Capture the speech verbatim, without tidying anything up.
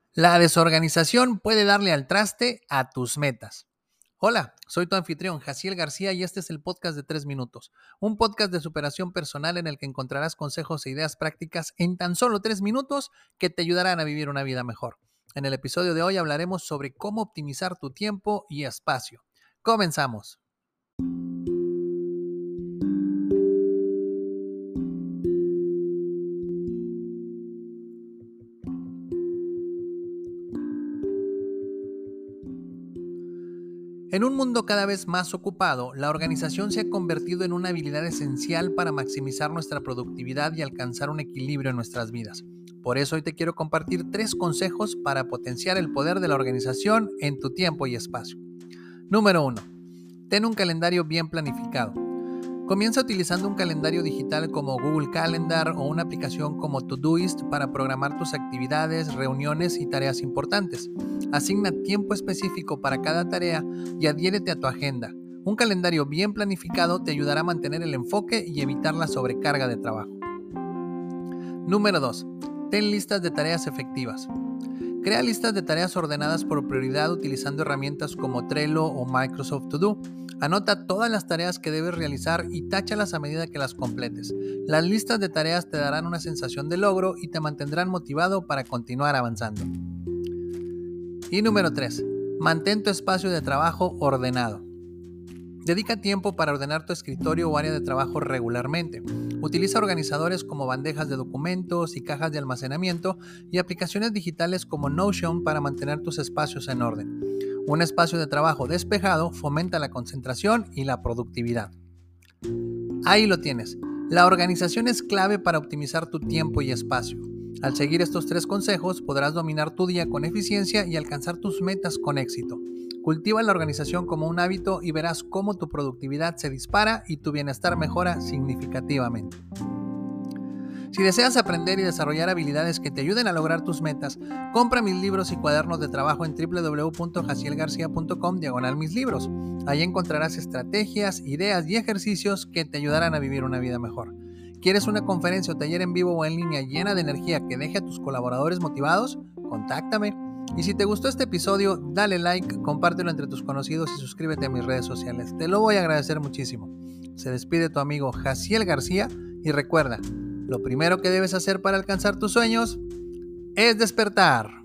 La desorganización puede darle al traste a tus metas. Hola, soy tu anfitrión, Jaciel García, y este es el podcast de tres minutos, un podcast de superación personal en el que encontrarás consejos e ideas prácticas en tan solo tres minutos que te ayudarán a vivir una vida mejor. En el episodio de hoy hablaremos sobre cómo optimizar tu tiempo y espacio. Comenzamos. En un mundo cada vez más ocupado, la organización se ha convertido en una habilidad esencial para maximizar nuestra productividad y alcanzar un equilibrio en nuestras vidas. Por eso hoy te quiero compartir tres consejos para potenciar el poder de la organización en tu tiempo y espacio. Número uno. Ten un calendario bien planificado. Comienza utilizando un calendario digital como Google Calendar o una aplicación como Todoist para programar tus actividades, reuniones y tareas importantes. Asigna tiempo específico para cada tarea y adhiérete a tu agenda. Un calendario bien planificado te ayudará a mantener el enfoque y evitar la sobrecarga de trabajo. Número dos. Ten listas de tareas efectivas. Crea listas de tareas ordenadas por prioridad utilizando herramientas como Trello o Microsoft To Do. Anota todas las tareas que debes realizar y táchalas a medida que las completes. Las listas de tareas te darán una sensación de logro y te mantendrán motivado para continuar avanzando. Y número tres. Mantén tu espacio de trabajo ordenado. Dedica tiempo para ordenar tu escritorio o área de trabajo regularmente. Utiliza organizadores como bandejas de documentos y cajas de almacenamiento y aplicaciones digitales como Notion para mantener tus espacios en orden. Un espacio de trabajo despejado fomenta la concentración y la productividad. Ahí lo tienes. La organización es clave para optimizar tu tiempo y espacio. Al seguir estos tres consejos, podrás dominar tu día con eficiencia y alcanzar tus metas con éxito. Cultiva la organización como un hábito y verás cómo tu productividad se dispara y tu bienestar mejora significativamente. Si deseas aprender y desarrollar habilidades que te ayuden a lograr tus metas, compra mis libros y cuadernos de trabajo en w w w punto jaciel garcía punto com diagonal mis libros. Ahí encontrarás estrategias, ideas y ejercicios que te ayudarán a vivir una vida mejor. ¿Quieres una conferencia o taller en vivo o en línea llena de energía que deje a tus colaboradores motivados? Contáctame. Y si te gustó este episodio, dale like, compártelo entre tus conocidos y suscríbete a mis redes sociales. Te lo voy a agradecer muchísimo. Se despide tu amigo Jaciel García y recuerda, lo primero que debes hacer para alcanzar tus sueños es despertar.